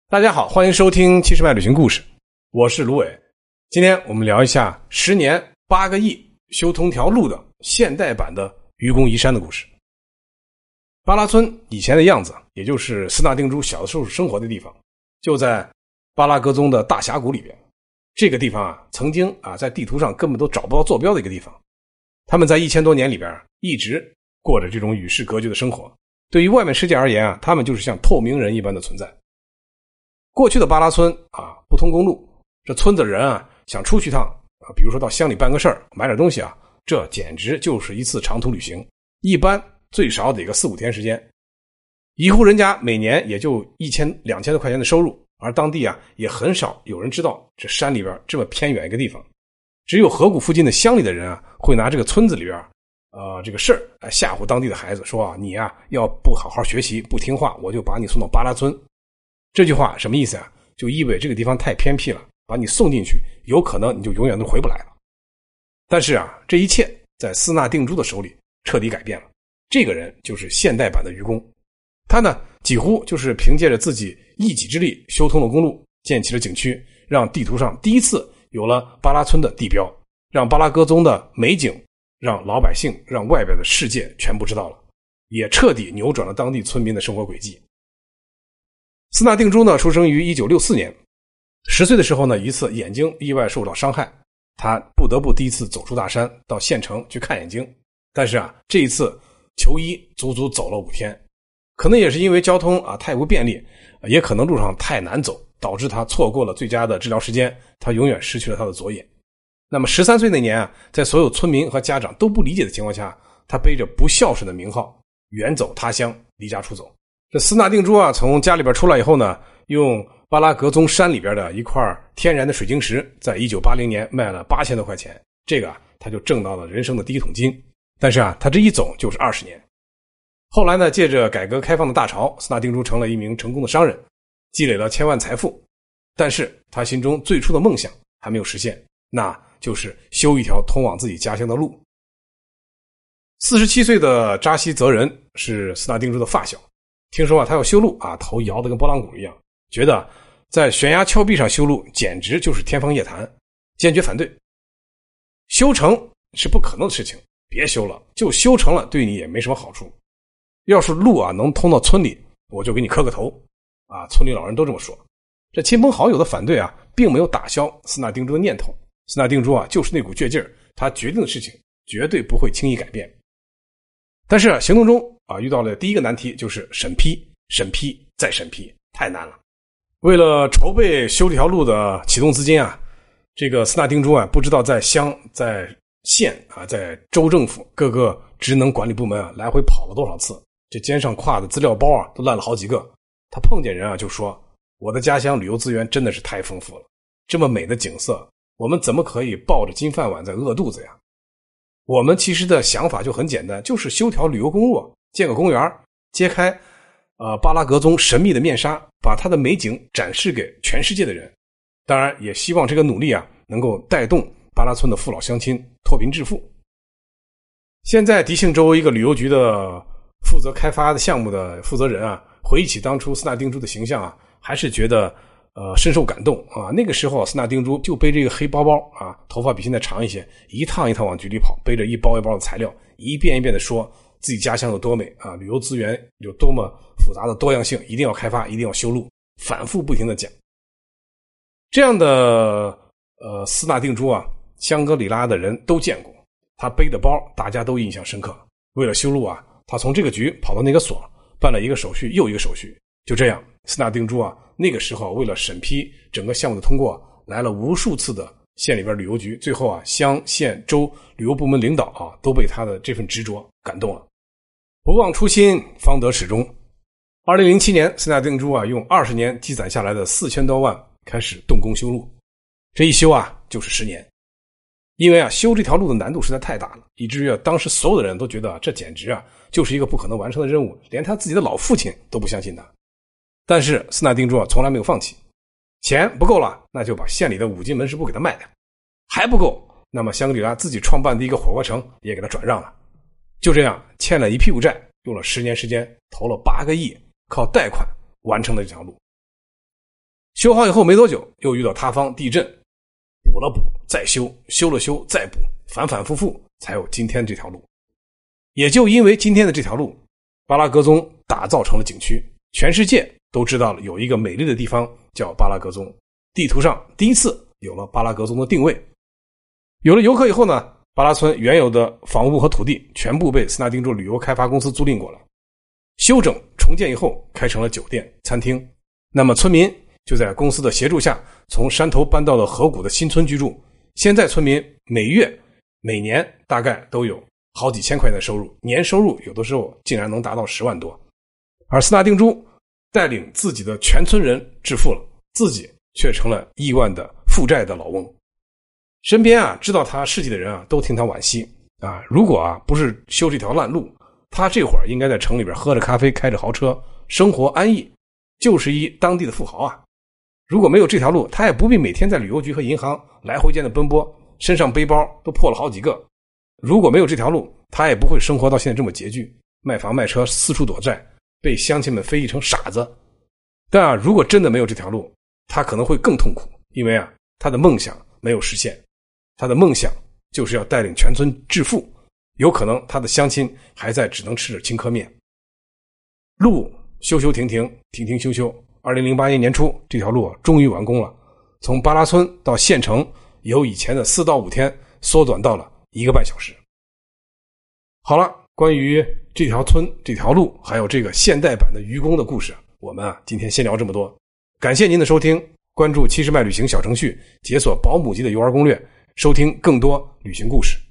大家好，欢迎收听七十迈旅行故事，我是卢伟。今天我们聊一下10年8个亿修通条路的现代版的愚公移山的故事。巴拉村以前的样子，也就是斯纳定珠小的时候生活的地方，就在巴拉格宗的大峡谷里边。这个地方曾经在地图上根本都找不到坐标的一个地方。他们在1000多年里边一直过着这种与世隔绝的生活，对于外面世界而言他们就是像透明人一般的存在。过去的巴拉村不通公路，这村子的人想出去一趟比如说到乡里办个事儿，买点东西这简直就是一次长途旅行，一般最少得个4-5天时间。一户人家每年也就1000、2000多块钱的收入，而当地也很少有人知道这山里边这么偏远一个地方。只有河谷附近的乡里的人会拿这个村子里边这个事儿来吓唬当地的孩子，说你要不好好学习不听话，我就把你送到巴拉村。这句话什么意思就意味这个地方太偏僻了，把你送进去有可能你就永远都回不来了。但是这一切在斯纳定珠的手里彻底改变了。这个人就是现代版的愚公，他呢几乎就是凭借着自己一己之力修通了公路，建起了景区，让地图上第一次有了巴拉村的地标，让巴拉格宗的美景让老百姓让外边的世界全部知道了，也彻底扭转了当地村民的生活轨迹。斯纳定珠呢出生于1964年，10岁的时候呢一次眼睛意外受到伤害，他不得不第一次走出大山到县城去看眼睛。但是这一次求医足足走了5天，可能也是因为交通太不便利，也可能路上太难走，导致他错过了最佳的治疗时间，他永远失去了他的左眼。那么13岁那年在所有村民和家长都不理解的情况下，他背着不孝顺的名号远走他乡，离家出走。这斯纳定珠从家里边出来以后呢，用巴拉格宗山里边的一块天然的水晶石，在1980年卖了8000多块钱，这个他就挣到了人生的第一桶金。但是他这一走就是20年。后来呢，借着改革开放的大潮，斯纳定珠成了一名成功的商人，积累了千万财富。但是他心中最初的梦想还没有实现，那就是修一条通往自己家乡的路。47岁的扎西泽人是斯纳定珠的发小，听说他要修路头摇得跟拨浪鼓一样，觉得在悬崖峭壁上修路简直就是天方夜谭，坚决反对。修成是不可能的事情，别修了，就修成了对你也没什么好处。要是路能通到村里，我就给你磕个头村里老人都这么说。这亲朋好友的反对并没有打消斯纳定珠的念头。斯纳定珠就是那股倔劲儿，他决定的事情绝对不会轻易改变。但是行动中遇到了第一个难题，就是审批再审批，太难了。为了筹备修这条路的启动资金这个斯纳定珠不知道在乡在县在州政府各个职能管理部门来回跑了多少次，这肩上挎的资料包都烂了好几个。他碰见人就说，我的家乡旅游资源真的是太丰富了，这么美的景色，我们怎么可以抱着金饭碗在饿肚子呀？我们其实的想法就很简单，就是修条旅游公路，建个公园，揭开巴拉格宗神秘的面纱，把它的美景展示给全世界的人。当然也希望这个努力能够带动巴拉村的父老乡亲脱贫致富。现在迪庆州一个旅游局的负责开发的项目的负责人回忆起当初斯纳定珠的形象还是觉得深受感动那个时候斯纳定珠就背这个黑包包头发比现在长一些，一趟一趟往局里跑，背着一包一包的材料，一遍一遍的说自己家乡有多美旅游资源有多么复杂的多样性，一定要开发，一定要修路，反复不停的讲。这样的斯纳定珠香格里拉的人都见过，他背的包大家都印象深刻。为了修路他从这个局跑到那个所，办了一个手续又一个手续。就这样，斯纳定珠那个时候为了审批整个项目的通过，来了无数次的县里边旅游局，最后乡县州旅游部门领导都被他的这份执着感动了。不忘初心方得始终。2007年斯纳定珠用20年积攒下来的4000多万开始动工修路，这一修就是10年。因为修这条路的难度实在太大了，以至于当时所有的人都觉得这简直就是一个不可能完成的任务，连他自己的老父亲都不相信他。但是斯纳定珠从来没有放弃，钱不够了，那就把县里的5金门市部给他卖掉，还不够，那么香格里拉自己创办的一个火锅城也给他转让了。就这样欠了一屁股债，用了10年时间，投了8个亿，靠贷款完成了这条路。 修好以后没多久，又遇到塌方地震，补了补再修，修了修再补，反反复复才有今天这条路。也就因为今天的这条路，巴拉格宗打造成了景区，全世界都知道了有一个美丽的地方叫巴拉格宗，地图上第一次有了巴拉格宗的定位。有了游客以后呢，巴拉村原有的房屋和土地全部被斯纳丁州旅游开发公司租赁过来，修整重建以后开成了酒店餐厅。那么村民就在公司的协助下从山头搬到了河谷的新村居住，现在村民每月每年大概都有好几千块钱的收入，年收入有的时候竟然能达到10万多。而斯纳丁珠带领自己的全村人致富了，自己却成了亿万的负债的老翁。身边知道他事迹的人都替他惋惜如果不是修这条烂路，他这会儿应该在城里边喝着咖啡，开着豪车，生活安逸，就是一当地的富豪如果没有这条路，他也不必每天在旅游局和银行来回间的奔波，身上背包都破了好几个。如果没有这条路，他也不会生活到现在这么拮据，卖房卖车，四处躲债，被乡亲们非议成傻子。但如果真的没有这条路，他可能会更痛苦，因为他的梦想没有实现。他的梦想就是要带领全村致富，有可能他的乡亲还在只能吃着青稞面。路修修停停，停停修修，2008年年初这条路终于完工了，从巴拉村到县城由以前的4到5天缩短到了1个半小时。好了，关于这条村这条路还有这个现代版的愚公的故事，我们今天先聊这么多。感谢您的收听，关注70迈旅行小程序，解锁保姆级的游玩攻略，收听更多旅行故事。